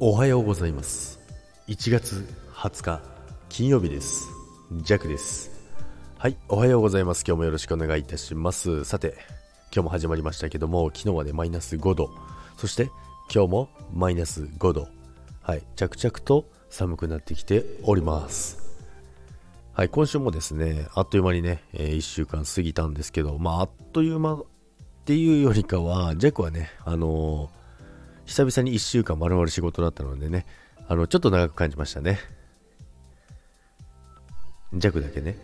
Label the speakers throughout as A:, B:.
A: おはようございます。1月20日金曜日です。ジャックです。はい、おはようございます。今日もよろしくお願いいたします。さて、今日も始まりましたけども、昨日はねマイナス5度、そして今日もマイナス5度、はい、着々と寒くなってきております。はい、今週もですねあっという間にね、1週間過ぎたんですけど、あっという間っていうよりかは、ジャックはね久々に1週間丸々仕事だったのでね、ちょっと長く感じましたね。弱だけね。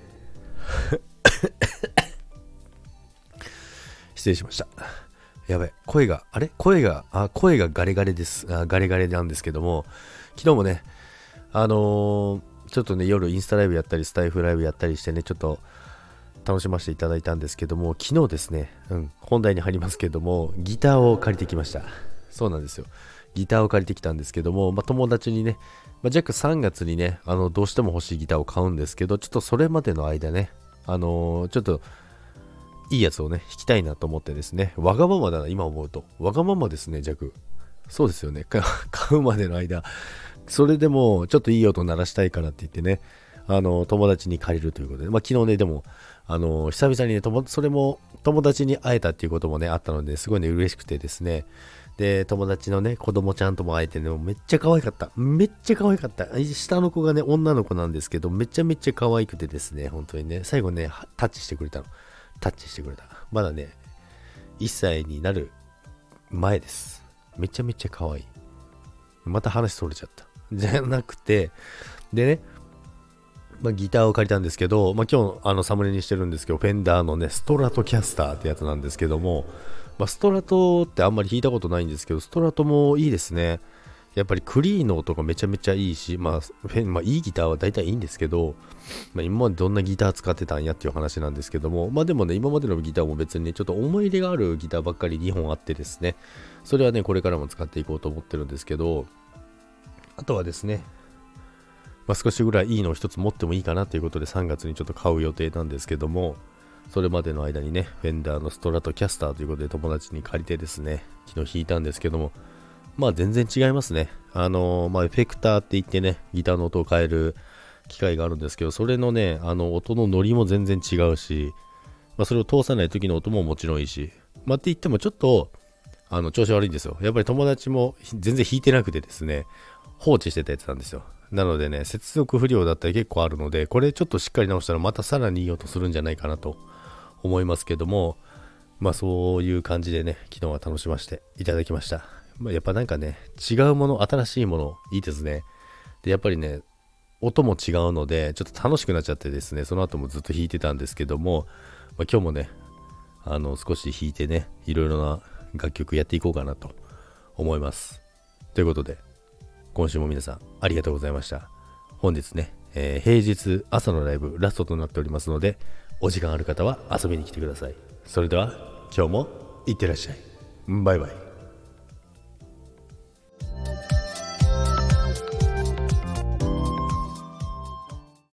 A: 失礼しました。やばい、声がガレガレです。ガレガレなんですけども、昨日もね、ちょっとね、夜インスタライブやったり、スタイフライブやったりしてね、ちょっと楽しませていただいたんですけども、昨日ですね、本題に入りますけども、ギターを借りてきました。そうなんですよ。ギターを借りてきたんですけども、友達にね、ジャック3月にね、どうしても欲しいギターを買うんですけど、ちょっとそれまでの間ね、ちょっといいやつをね、弾きたいなと思ってですね、わがままだな、今思うと。わがままですね、ジャック。そうですよね。買うまでの間、それでもちょっといい音鳴らしたいからって言ってね、友達に借りるということで、昨日ね、でも、久々にね、それも友達に会えたっていうこともね、あったので、すごいね、嬉しくてですね、で、友達のね、子供ちゃんとも会えてね、めっちゃ可愛かった。めっちゃ可愛かった。下の子がね、女の子なんですけど、めちゃめちゃ可愛くてですね、本当にね、最後ね、タッチしてくれたの。タッチしてくれた。まだね、1歳になる前です。めちゃめちゃ可愛い。また話それちゃった。じゃなくて、でね、ギターを借りたんですけど、今日サムネにしてるんですけど、フェンダーのね、ストラトキャスターってやつなんですけども、ストラトってあんまり弾いたことないんですけど、ストラトもいいですね。やっぱりクリーンの音がめちゃめちゃいいし、いいギターは大体いいんですけど、今までどんなギター使ってたんやっていう話なんですけども、でもね、今までのギターも別にちょっと思い入れがあるギターばっかり2本あってですね、それはね、これからも使っていこうと思ってるんですけど、あとはですね、少しぐらいいいのを一つ持ってもいいかなということで3月にちょっと買う予定なんですけども、それまでの間にね、フェンダーのストラトキャスターということで友達に借りてですね、昨日弾いたんですけども、全然違いますね。エフェクターって言ってね、ギターの音を変える機械があるんですけど、それのね、音のノリも全然違うし、それを通さない時の音ももちろんいいし、って言ってもちょっと、調子悪いんですよ。やっぱり友達も全然弾いてなくてですね、放置してたやつなんですよ。なのでね、接続不良だったり結構あるので、これちょっとしっかり直したらまたさらにいい音するんじゃないかなと思いますけども、そういう感じでね、昨日は楽しませていただきました。やっぱなんかね、違うもの、新しいもの、いいですね。で、やっぱりね、音も違うので、ちょっと楽しくなっちゃってですね、その後もずっと弾いてたんですけども、今日もね、少し弾いてね、いろいろな楽曲やっていこうかなと思います。ということで、今週も皆さんありがとうございました。本日ね、平日朝のライブラストとなっておりますので、お時間ある方は遊びに来てください。それでは今日もいってらっしゃい。バイバイ。